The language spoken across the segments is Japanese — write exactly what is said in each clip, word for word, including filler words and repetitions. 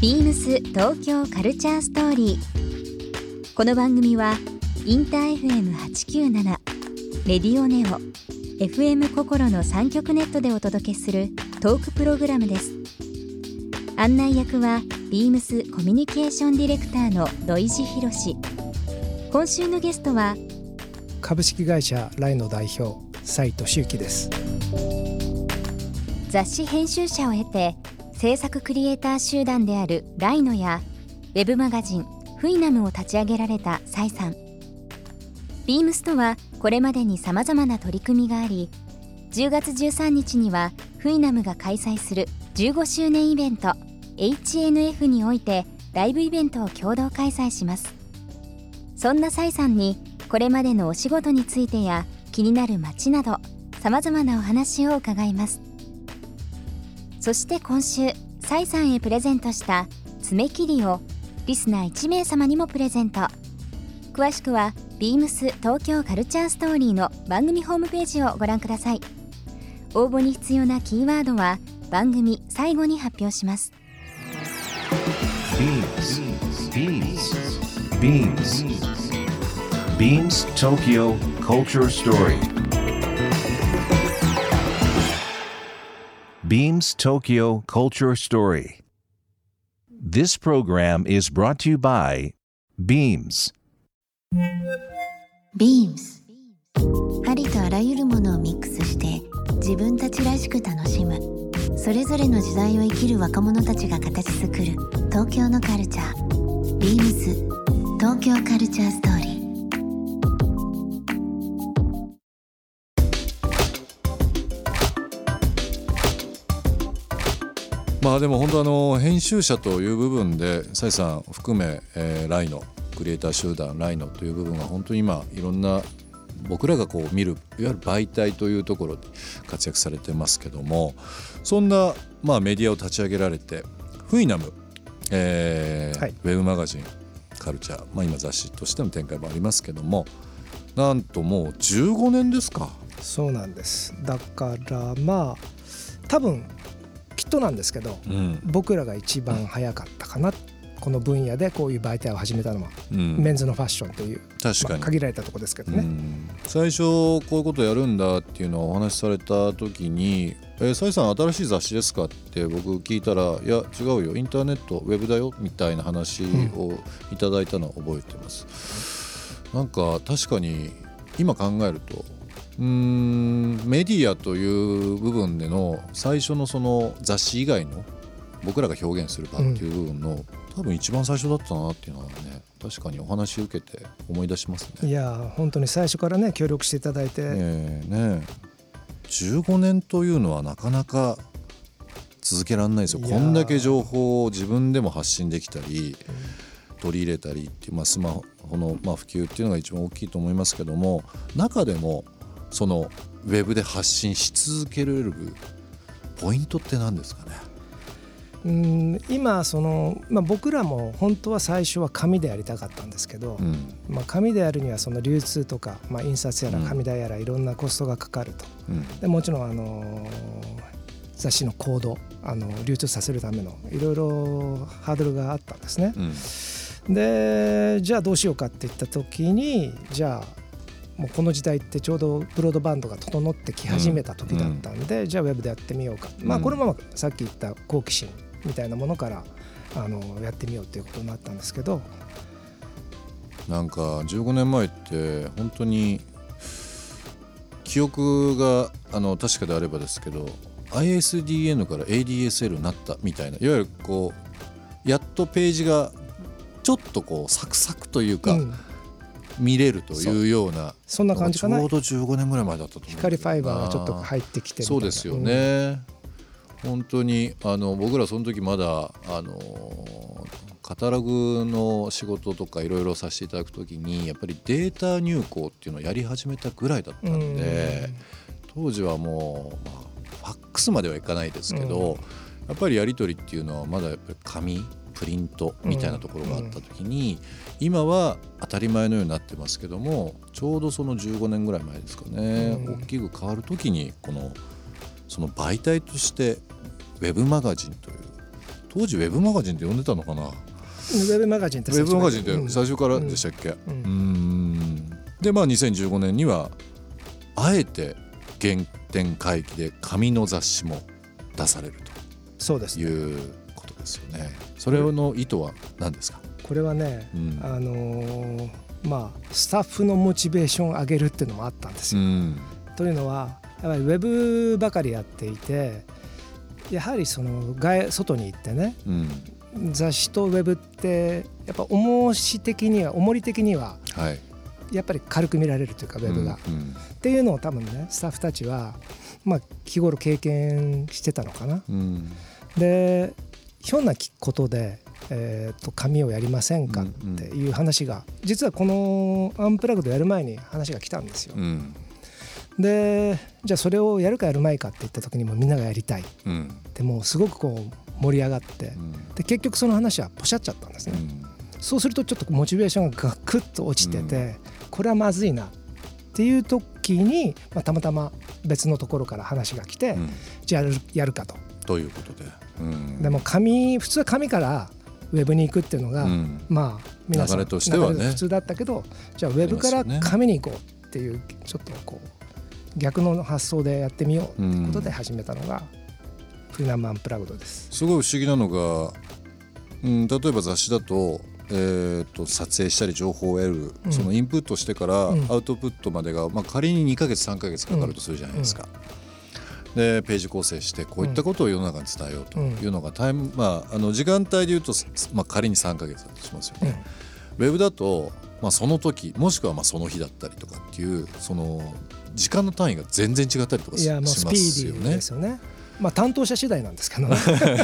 ビームス東京カルチャーストーリー。この番組はインター エフエムはちきゅうなな、レディオネオ、エフエム 心のさん局ネットでお届けするトークプログラムです。案内役はビームスコミュニケーションディレクターの土井博志。今週のゲストは株式会社ライノ代表斉俊之です。 雑誌編集者を経て制作クリエイター集団であるライノやウェブマガジンフイナムを立ち上げられた斉さん。ビームスとはこれまでに様々な取り組みがあり、じゅうがつじゅうさんにちにはフイナムが開催するじゅうごしゅうねんイベント エイチエヌエフ においてライブイベントを共同開催します。そんな斉さんにこれまでのお仕事についてや気になる街など様々なお話を伺います。そして今週斉さんへプレゼントした爪切りをリスナーいち名様にもプレゼント。詳しくはビームス東京カルチャーストーリーの番組ホームページをご覧ください。応募に必要なキーワードは番組最後に発表します。 ビームス ビームス ビームス ビームス Tokyo Culture Story。Beams Tokyo Culture Story. This program is brought to you by Beams. Beams ありとあらゆるものをミックスして自分たちらしく楽しむ、それぞれの時代を生きる若者たちが形作る東京のカルチャー。 Beams 東京カルチャーストーリー。 まあでも本当あの編集者という部分で斉さん含め、えー、ライノクリエイター集団ライノという部分が本当に今いろんな僕らがこう見るいわゆる媒体というところで活躍されてますけども、そんなまあメディアを立ち上げられてフイナム、えーはい、ウェブマガジンカルチャー、まあ、今雑誌としての展開もありますけども、なんともうじゅうごねんですか。 そうなんです。だからまあ多分きっとなんですけど、うん、僕らが一番早かったかな、この分野でこういう媒体を始めたのは、うん、メンズのファッションという確かに、まあ、限られたところですけどね、うん、 最初こういうことやるんだっていうのをお話しされた時にえー、斉さん新しい雑誌ですかって僕聞いたら、いや違うよインターネットウェブだよみたいな話をいただいたのを覚えてます、うん、なんか確かに今考えるとうーんメディアという部分での最初のその雑誌以外の僕らが表現する場っていう部分の、うん、多分一番最初だったなっていうのはね、確かにお話受けて思い出しますね。 いや本当に最初からね協力していただいて、 えー、ねじゅうごねんというのはなかなか続けられないですよ。こんだけ情報を自分でも発信できたり、うん、取り入れたりっていう、まあ、スマホの、まあ、普及っていうのが一番大きいと思いますけども、中でもそのウェブで発信し続けられるポイントって何ですかね。 うん今その、まあ、僕らも本当は最初は紙でやりたかったんですけど、うんまあ、紙でやるにはその流通とか、まあ、印刷やら紙代やらいろんなコストがかかると、うん、でもちろんあの雑誌のコードあの流通させるためのいろいろハードルがあったんですね、うん、でじゃあどうしようかっていった時に、じゃあもうこの時代ってちょうどブロードバンドが整ってき始めた時だったんで、うん、じゃあウェブでやってみようか、うんまあ、これもさっき言った好奇心みたいなものからあのやってみようということになったんですけど、 なんかじゅうごねんまえって本当に記憶があの確かであればですけど アイエスディーエヌ から エーディーエスエル になったみたいな、いわゆるこうやっとページがちょっとこうサクサクというか、うん見れるというような、 そ, そんな感じかな。 ちょうどじゅうごねんぐらい前だったと思う。 光ファイバーがちょっと入ってきてみたいな。 そうですよね、うん、本当にあの僕らその時まだあのカタログの仕事とかいろいろさせていただく時にやっぱりデータ入稿っていうのをやり始めたぐらいだったんで、うん、当時はもう、まあ、ファックスまではいかないですけど、うん、やっぱりやり取りっていうのはまだやっぱり紙プリントみたいなところがあった時に、うんうん、今は当たり前のようになってますけども、ちょうどそのじゅうごねんぐらい前ですかね、うん、大きく変わる時にこのその媒体としてウェブマガジンという当時ウェブマガジンって呼んでたのかな。 ウェブマガジンってウェブマガジンって最初からでしたっけ。うん、うん、うんでまあにせんじゅうごねんにはあえて原点回帰で紙の雑誌も出されるとそうです、ね、 いうことですよね。それの意図は何ですか。 これはね、うん、あのー、まあスタッフのモチベーションを上げるっていうのもあったんですよ、うん、というのはやっぱりウェブばかりやっていてやはりその外外に行ってね、うん、雑誌とウェブってやっぱ重し的には重り的にはやっぱり軽く見られるというかウェブが、うんうん、っていうのを多分ねスタッフたちはまあ日頃経験してたのかな、うん、でひょんなことで、えー、と紙をやりませんかっていう話が、うんうん、実はこのアンプラグドやる前に話が来たんですよ、うん、でじゃあそれをやるかやるまいかって言った時にもみんながやりたい、うん、でもうすごくこう盛り上がって、うん、で結局その話はポシャっちゃったんですね、うん、そうするとちょっとモチベーションがガクッと落ちてて、うん、これはまずいなっていう時に、まあ、たまたま別のところから話が来て、うん、じゃあやる、やるかとということで、うん、 でも紙普通は紙からウェブに行くっていうのが、うん、まあ皆さん流れとしてはね普通だったけどじゃあウェブから紙に行こうっていうちょっとこう逆の発想でやってみようということで始めたのが、うん、フリーナムアンプラグドです。 すごい不思議なのが、うん、例えば雑誌だとえー、と撮影したり情報を得る、うん、そのインプットしてからアウトプットまでが、まあ、仮ににかげつさんかげつかかるとするじゃないですか、うん、でページ構成してこういったことを世の中に伝えようというのがタイム、まあ、あの時間帯でいうと、まあ、仮にさんかげつだとしますよね、うん、ウェブだと、まあ、その時もしくはまあその日だったりとかっていうその時間の単位が全然違ったりとかしますよね。いやもうスピーディーですよね。 まあ、担当者次第なんですけどね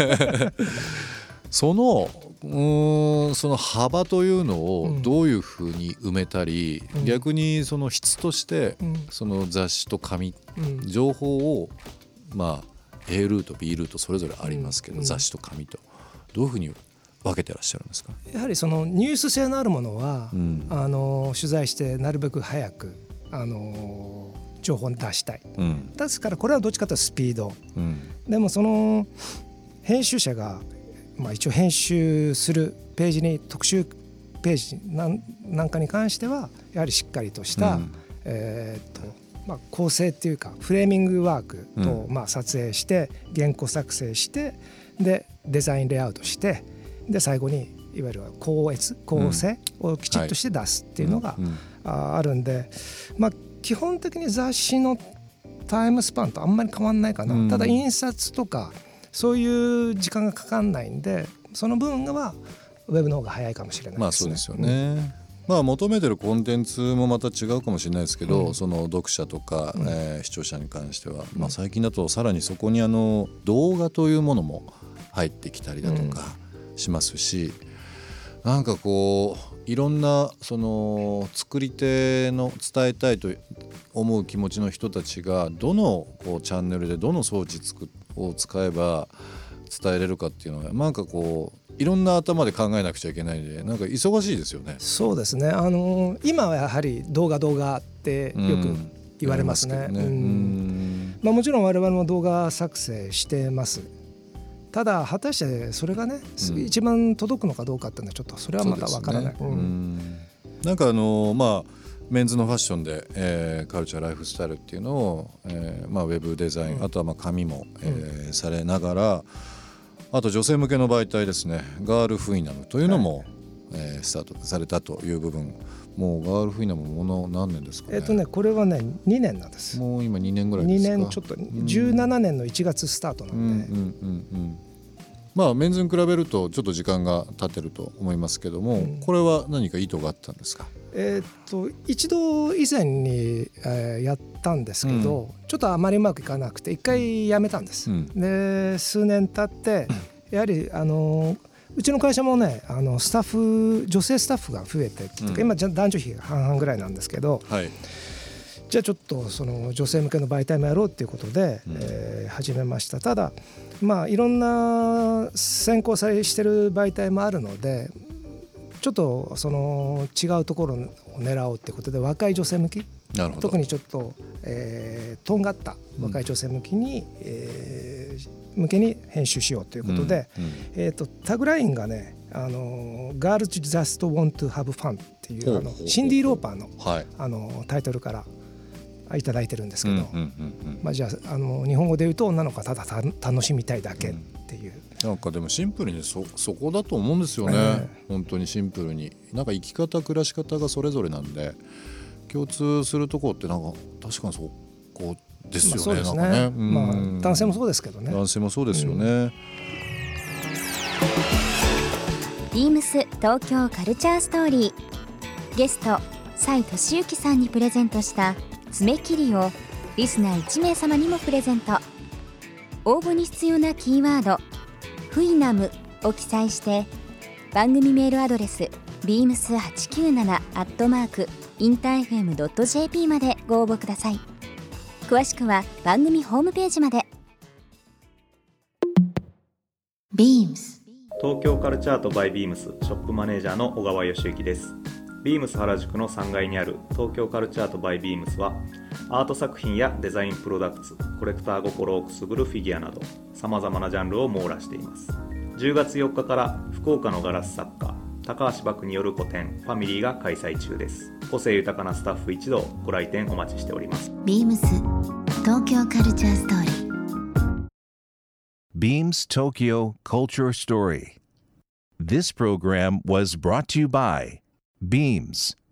そのうーんその幅というのをどういうふうに埋めたり、うん、逆にその質としてその雑誌と紙、うん、情報をまあ A ルート B ルートそれぞれありますけど、うん、雑誌と紙とどういうふうに分けてらっしゃるんですか。 やはりそのニュース性のあるものは、うん、あの取材してなるべく早くあの情報を出したい、うん、ですからこれはどっちかというとスピード、うん、でもその編集者がまあ、一応編集するページに特集ページなんなんかに関してはやはりしっかりとした、うんえーとまあ、構成っていうかフレーミングワークと、うんまあ、撮影して原稿作成してでデザインレイアウトしてで最後にいわゆる校閲構成をきちっとして出すっていうのが、うんはいあ, あるんで、まあ、基本的に雑誌のタイムスパンとあんまり変わんないかな、うん、ただ印刷とかそういう時間がかかんないんでその分はウェブの方が早いかもしれないですね。 まあそうですよね、うんまあ、求めてるコンテンツもまた違うかもしれないですけど、うん、その読者とか、うんえー、視聴者に関しては、まあ、最近だとさらにそこにあの動画というものも入ってきたりだとかしますし、うん、なんかこういろんなその作り手の伝えたいと思う気持ちの人たちがどのこうチャンネルでどの装置作を使えば伝えれるかっていうのはなんかこういろんな頭で考えなくちゃいけないんでなんか忙しいですよね。 そうですね、あのー、今はやはり動画動画ってよく言われますね、うんねうんまあ、もちろん我々も動画作成してます。ただ果たしてそれがね、うん、一番届くのかどうかっていうのはちょっとそれはまだわからない、ねうん、 なんかあのー、まあメンズのファッションで、えー、カルチャーライフスタイルっていうのを、えーまあ、ウェブデザイン、うん、あとはまあ紙も、えー、されながらあと女性向けの媒体ですねガールフイナムというのも、はいえー、スタートされたという部分もうガールフイナムもの何年ですかね。 えっとねこれはねにねんなんです。 もう今にねんぐらいですか。 にねんちょっとじゅうななねんのいちがつスタートなんで、うんうんうんうん、 まあメンズに比べるとちょっと時間が経ってると思いますけども、うん、これは何か意図があったんですか。 えー、っと一度以前に、えー、やったんですけど、うん、ちょっとあまりうまくいかなくて一回やめたんです、うん、で数年経ってやはりあのうちの会社もねあのスタッフ女性スタッフが増えて、うん、今男女比が半々ぐらいなんですけど、はい、じゃあちょっとその女性向けの媒体もやろうっていうことで、うんえー、始めました。ただまあいろんな先行されしてる媒体もあるのでちょっとその違うところを狙おうってことで若い女性向き特にちょっと、えー、とんがった若い女性向きに、うんえー、 向けに編集しようということで、うんうんえー、とタグラインがねあの Girls Just Want to Have Fun っていうあのシンディ・ローパー の,、はい、あのタイトルからいただいてるんですけど、うんうんうんうんまあ、じゃあ、あの日本語で言うと女の子はただた楽しみたいだけっていう、 うん、なんかでもシンプルに そ, そこだと思うんですよね、えー、本当にシンプルになんか生き方暮らし方がそれぞれなんで共通するところってなんか確かにそこですよね。まあ、そうですね。なんかね、うんまあ、男性もそうですけどね。 男性もそうですよね。うん、 ビームス東京カルチャーストーリーゲスト蔡俊之さんにプレゼントした爪切りをリスナーいち名様にもプレゼント。応募に必要なキーワードフイナムを記載して番組メールアドレス ビームスはちきゅうなな アットマーク インターエフエム ドット ジェーピー までご応募ください。詳しくは番組ホームページまで。 ビームス東京カルチャート by ビームスショップマネージャーの小川義之です。ビームス原宿のさんがいにある東京カルチャート by ビームスはアート作品やデザインプロダクツ、コレクター心をくすぐるフィギュアなどさまざまなジャンルを網羅しています。じゅうがつよっかから福岡のガラス作家高橋漠による個展ファミリーが開催中です。個性豊かなスタッフ一同ご来店お待ちしております。 ビームス東京カルチャーストーリー Beams Tokyo Culture Story. This program was brought to you by Beams.